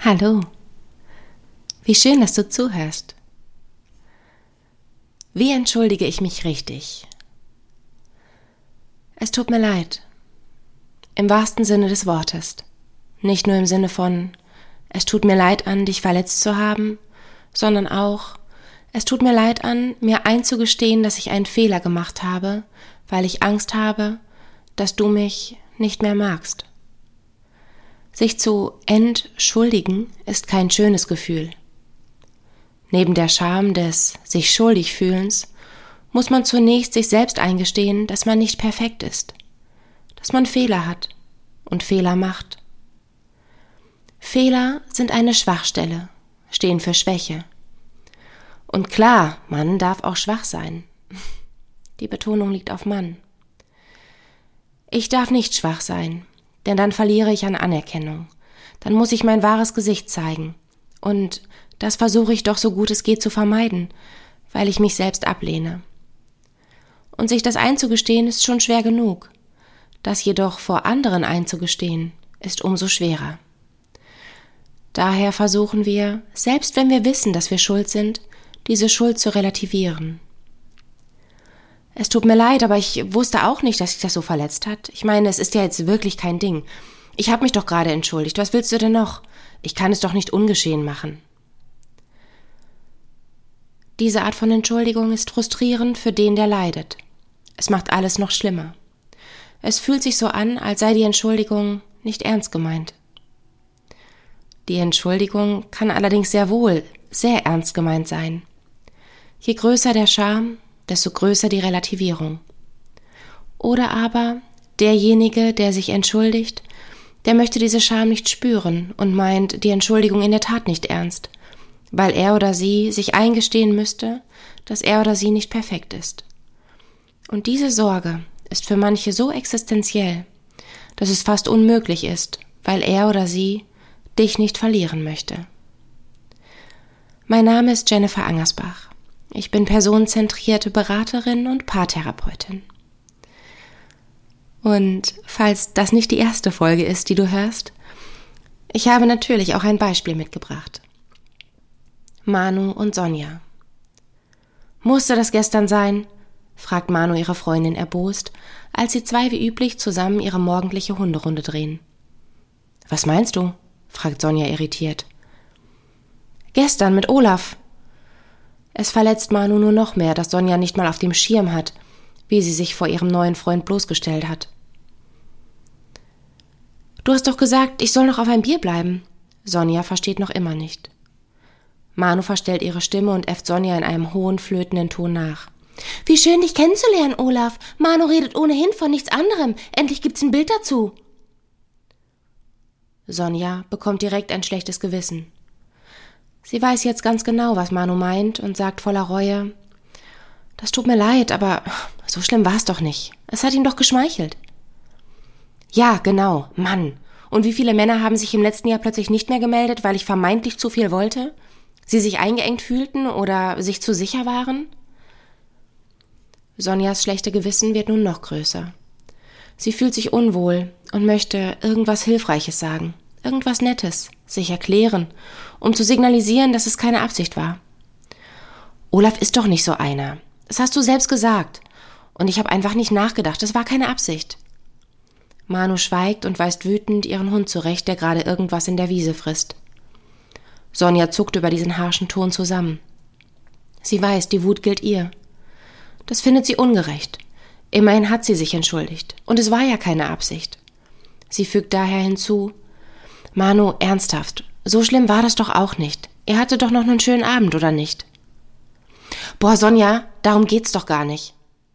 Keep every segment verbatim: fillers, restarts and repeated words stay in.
Hallo, wie schön, dass du zuhörst. Wie entschuldige ich mich richtig? Es tut mir leid, im wahrsten Sinne des Wortes, nicht nur im Sinne von, es tut mir leid an, dich verletzt zu haben, sondern auch, es tut mir leid an, mir einzugestehen, dass ich einen Fehler gemacht habe, weil ich Angst habe, dass du mich nicht mehr magst. Sich zu entschuldigen ist kein schönes Gefühl. Neben der Scham des sich schuldig Fühlens muss man zunächst sich selbst eingestehen, dass man nicht perfekt ist, dass man Fehler hat und Fehler macht. Fehler sind eine Schwachstelle, stehen für Schwäche. Und klar, man darf auch schwach sein. Die Betonung liegt auf Mann. Ich darf nicht schwach sein, denn dann verliere ich an Anerkennung. Dann muss ich mein wahres Gesicht zeigen. Und das versuche ich doch so gut es geht zu vermeiden, weil ich mich selbst ablehne. Und sich das einzugestehen ist schon schwer genug. Das jedoch vor anderen einzugestehen, ist umso schwerer. Daher versuchen wir, selbst wenn wir wissen, dass wir schuld sind, diese Schuld zu relativieren. Es tut mir leid, aber ich wusste auch nicht, dass sich das so verletzt hat. Ich meine, es ist ja jetzt wirklich kein Ding. Ich habe mich doch gerade entschuldigt. Was willst du denn noch? Ich kann es doch nicht ungeschehen machen. Diese Art von Entschuldigung ist frustrierend für den, der leidet. Es macht alles noch schlimmer. Es fühlt sich so an, als sei die Entschuldigung nicht ernst gemeint. Die Entschuldigung kann allerdings sehr wohl sehr ernst gemeint sein. Je größer der Scham, desto größer die Relativierung. Oder aber derjenige, der sich entschuldigt, der möchte diese Scham nicht spüren und meint die Entschuldigung in der Tat nicht ernst, weil er oder sie sich eingestehen müsste, dass er oder sie nicht perfekt ist. Und diese Sorge ist für manche so existenziell, dass es fast unmöglich ist, weil er oder sie dich nicht verlieren möchte. Mein Name ist Jennifer Angersbach. Ich bin personenzentrierte Beraterin und Paartherapeutin. Und falls das nicht die erste Folge ist, die du hörst, ich habe natürlich auch ein Beispiel mitgebracht. Manu und Sonja. Musste das gestern sein? Fragt Manu ihre Freundin erbost, als sie zwei wie üblich zusammen ihre morgendliche Hunderunde drehen. Was meinst du? Fragt Sonja irritiert. Gestern mit Olaf. Es verletzt Manu nur noch mehr, dass Sonja nicht mal auf dem Schirm hat, wie sie sich vor ihrem neuen Freund bloßgestellt hat. Du hast doch gesagt, ich soll noch auf ein Bier bleiben. Sonja versteht noch immer nicht. Manu verstellt ihre Stimme und äfft Sonja in einem hohen, flötenden Ton nach. Wie schön, dich kennenzulernen, Olaf. Manu redet ohnehin von nichts anderem. Endlich gibt's ein Bild dazu. Sonja bekommt direkt ein schlechtes Gewissen. Sie weiß jetzt ganz genau, was Manu meint und sagt voller Reue, das tut mir leid, aber so schlimm war es doch nicht. Es hat ihm doch geschmeichelt. Ja, genau, Mann. Und wie viele Männer haben sich im letzten Jahr plötzlich nicht mehr gemeldet, weil ich vermeintlich zu viel wollte? Sie sich eingeengt fühlten oder sich zu sicher waren? Sonjas schlechte Gewissen wird nun noch größer. Sie fühlt sich unwohl und möchte irgendwas Hilfreiches sagen, irgendwas Nettes, sich erklären, um zu signalisieren, dass es keine Absicht war. Olaf ist doch nicht so einer. Das hast du selbst gesagt. Und ich habe einfach nicht nachgedacht. Es war keine Absicht. Manu schweigt und weist wütend ihren Hund zurecht, der gerade irgendwas in der Wiese frisst. Sonja zuckt über diesen harschen Ton zusammen. Sie weiß, die Wut gilt ihr. Das findet sie ungerecht. Immerhin hat sie sich entschuldigt. Und es war ja keine Absicht. Sie fügt daher hinzu, Manu, ernsthaft, so schlimm war das doch auch nicht. Ihr hattet doch noch einen schönen Abend, oder nicht? Boah, Sonja, darum geht's doch gar nicht.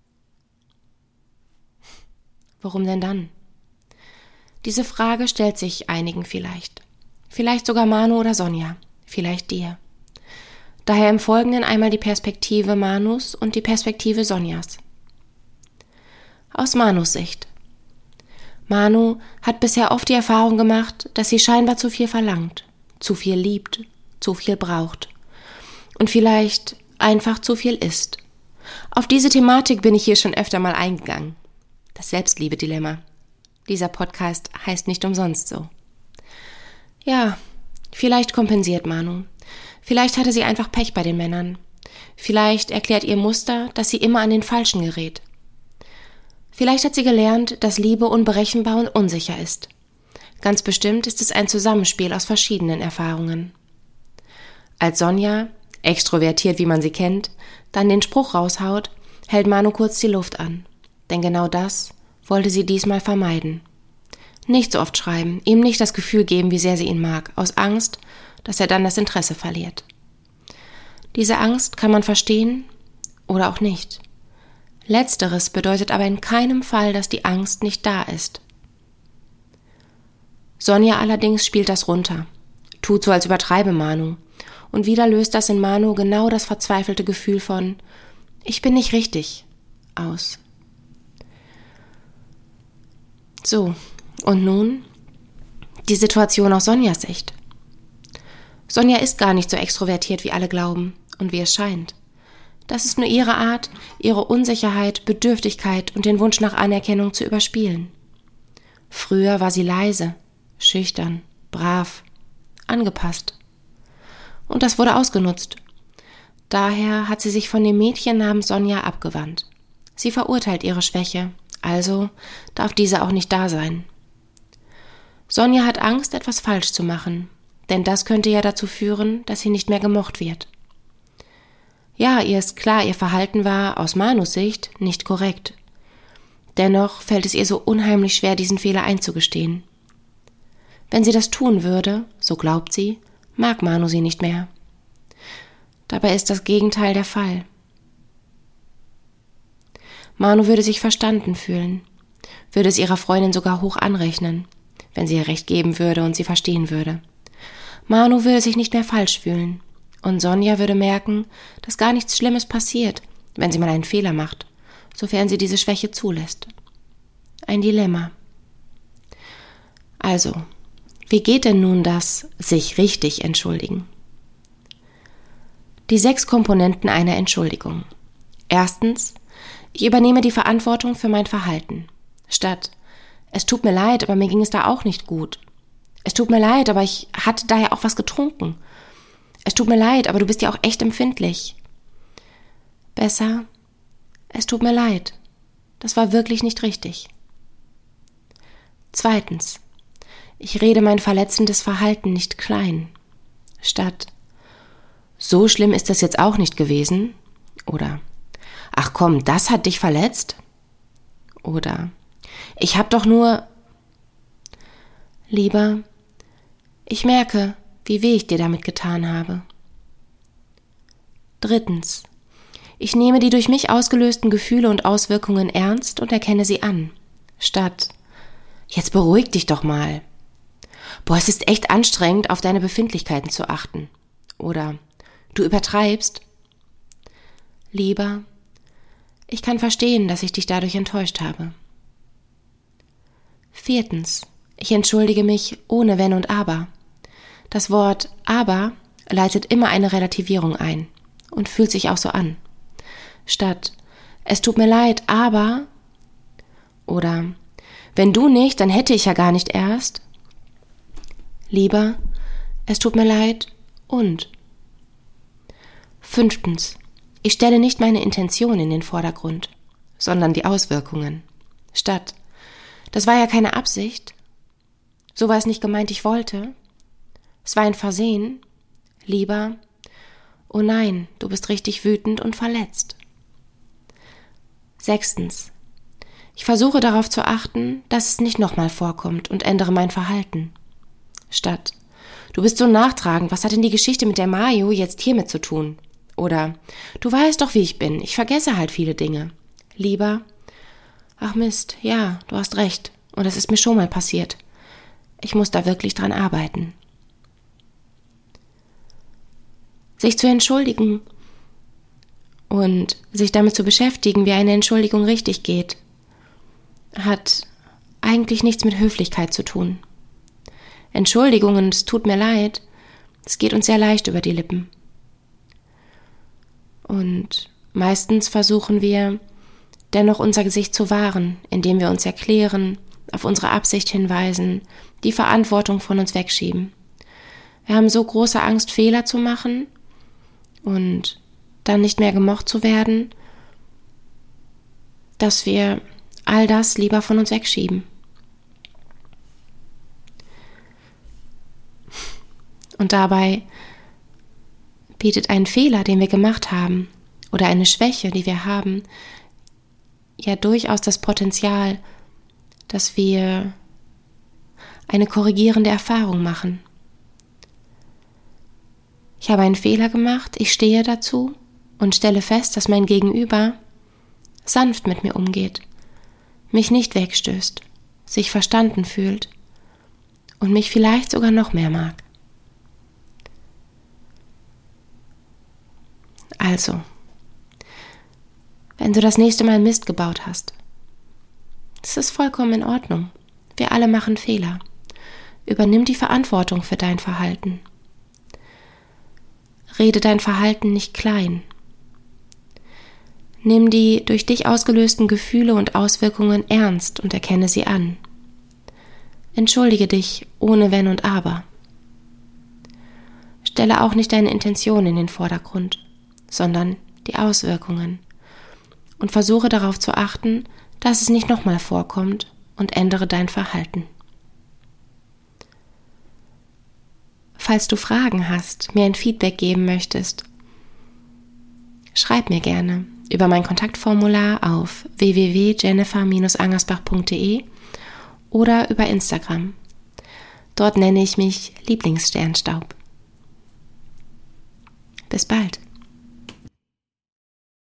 Worum denn dann? Diese Frage stellt sich einigen vielleicht. Vielleicht sogar Manu oder Sonja. Vielleicht dir. Daher im Folgenden einmal die Perspektive Manus und die Perspektive Sonjas. Aus Manus Sicht. Manu hat bisher oft die Erfahrung gemacht, dass sie scheinbar zu viel verlangt, zu viel liebt, zu viel braucht und vielleicht einfach zu viel ist. Auf diese Thematik bin ich hier schon öfter mal eingegangen. Das Selbstliebe-Dilemma. Dieser Podcast heißt nicht umsonst so. Ja, Vielleicht kompensiert Manu. Vielleicht hatte sie einfach Pech bei den Männern. Vielleicht erklärt ihr Muster, dass sie immer an den Falschen gerät. Vielleicht hat sie gelernt, dass Liebe unberechenbar und unsicher ist. Ganz bestimmt ist es ein Zusammenspiel aus verschiedenen Erfahrungen. Als Sonja, extrovertiert wie man sie kennt, dann den Spruch raushaut, hält Manu kurz die Luft an. Denn genau das wollte sie diesmal vermeiden. Nicht so oft schreiben, ihm nicht das Gefühl geben, wie sehr sie ihn mag, aus Angst, dass er dann das Interesse verliert. Diese Angst kann man verstehen oder auch nicht. Letzteres bedeutet aber in keinem Fall, dass die Angst nicht da ist. Sonja allerdings spielt das runter, tut so, als übertreibe Manu. Und wieder löst das in Manu genau das verzweifelte Gefühl von »Ich bin nicht richtig« aus. So, und nun die Situation aus Sonjas Sicht. Sonja ist gar nicht so extrovertiert, wie alle glauben und wie es scheint. Das ist nur ihre Art, ihre Unsicherheit, Bedürftigkeit und den Wunsch nach Anerkennung zu überspielen. Früher war sie leise, schüchtern, brav, angepasst. Und das wurde ausgenutzt. Daher hat sie sich von dem Mädchen namens Sonja abgewandt. Sie verurteilt ihre Schwäche, also darf diese auch nicht da sein. Sonja hat Angst, etwas falsch zu machen, denn das könnte ja dazu führen, dass sie nicht mehr gemocht wird. Ja, ihr ist klar, ihr Verhalten war aus Manus Sicht nicht korrekt. Dennoch fällt es ihr so unheimlich schwer, diesen Fehler einzugestehen. Wenn sie das tun würde, so glaubt sie, mag Manu sie nicht mehr. Dabei ist das Gegenteil der Fall. Manu würde sich verstanden fühlen, würde es ihrer Freundin sogar hoch anrechnen, wenn sie ihr Recht geben würde und sie verstehen würde. Manu würde sich nicht mehr falsch fühlen und Sonja würde merken, dass gar nichts Schlimmes passiert, wenn sie mal einen Fehler macht, sofern sie diese Schwäche zulässt. Ein Dilemma. Also, wie geht denn nun das sich richtig entschuldigen? Die sechs Komponenten einer Entschuldigung. Erstens, ich übernehme die Verantwortung für mein Verhalten. Statt, es tut mir leid, aber mir ging es da auch nicht gut. Es tut mir leid, aber ich hatte da ja auch was getrunken. Es tut mir leid, aber du bist ja auch echt empfindlich. Besser, es tut mir leid. Das war wirklich nicht richtig. Zweitens, ich rede mein verletzendes Verhalten nicht klein. Statt, so schlimm ist das jetzt auch nicht gewesen. Oder, ach komm, das hat dich verletzt? Oder, ich hab doch nur... Lieber, ich merke, wie weh ich dir damit getan habe. Drittens, ich nehme die durch mich ausgelösten Gefühle und Auswirkungen ernst und erkenne sie an. Statt, jetzt beruhig dich doch mal. Boah, es ist echt anstrengend, auf deine Befindlichkeiten zu achten. Oder, du übertreibst. Lieber, ich kann verstehen, dass ich dich dadurch enttäuscht habe. Viertens, ich entschuldige mich ohne Wenn und Aber. Das Wort aber leitet immer eine Relativierung ein und fühlt sich auch so an. Statt, es tut mir leid, aber, oder, wenn du nicht, dann hätte ich ja gar nicht erst. Lieber, es tut mir leid und. Fünftens, ich stelle nicht meine Intention in den Vordergrund, sondern die Auswirkungen. Statt, das war ja keine Absicht, so war es nicht gemeint, ich wollte, es war ein Versehen, lieber, oh nein, du bist richtig wütend und verletzt. Sechstens, ich versuche darauf zu achten, dass es nicht nochmal vorkommt und ändere mein Verhalten. Statt, du bist so nachtragend, was hat denn die Geschichte mit der Mayo jetzt hiermit zu tun? Oder, du weißt doch, wie ich bin, ich vergesse halt viele Dinge. Lieber, ach Mist, ja, du hast recht und es ist mir schon mal passiert. Ich muss da wirklich dran arbeiten. Sich zu entschuldigen und sich damit zu beschäftigen, wie eine Entschuldigung richtig geht, hat eigentlich nichts mit Höflichkeit zu tun. Entschuldigungen, es tut mir leid, es geht uns sehr leicht über die Lippen. Und meistens versuchen wir, dennoch unser Gesicht zu wahren, indem wir uns erklären, auf unsere Absicht hinweisen, die Verantwortung von uns wegschieben. Wir haben so große Angst, Fehler zu machen und dann nicht mehr gemocht zu werden, dass wir all das lieber von uns wegschieben. Und dabei bietet ein Fehler, den wir gemacht haben, oder eine Schwäche, die wir haben, ja durchaus das Potenzial, dass wir eine korrigierende Erfahrung machen. Ich habe einen Fehler gemacht, ich stehe dazu und stelle fest, dass mein Gegenüber sanft mit mir umgeht, mich nicht wegstößt, sich verstanden fühlt und mich vielleicht sogar noch mehr mag. Also, wenn du das nächste Mal Mist gebaut hast, das ist vollkommen in Ordnung. Wir alle machen Fehler. Übernimm die Verantwortung für dein Verhalten. Rede dein Verhalten nicht klein. Nimm die durch dich ausgelösten Gefühle und Auswirkungen ernst und erkenne sie an. Entschuldige dich ohne Wenn und Aber. Stelle auch nicht deine Intention in den Vordergrund, sondern die Auswirkungen. Und versuche darauf zu achten, dass es nicht nochmal vorkommt und ändere dein Verhalten. Falls du Fragen hast, mir ein Feedback geben möchtest, schreib mir gerne über mein Kontaktformular auf w w w punkt jennifer Bindestrich angersbach punkt d e oder über Instagram. Dort nenne ich mich Lieblingssternstaub. Bis bald.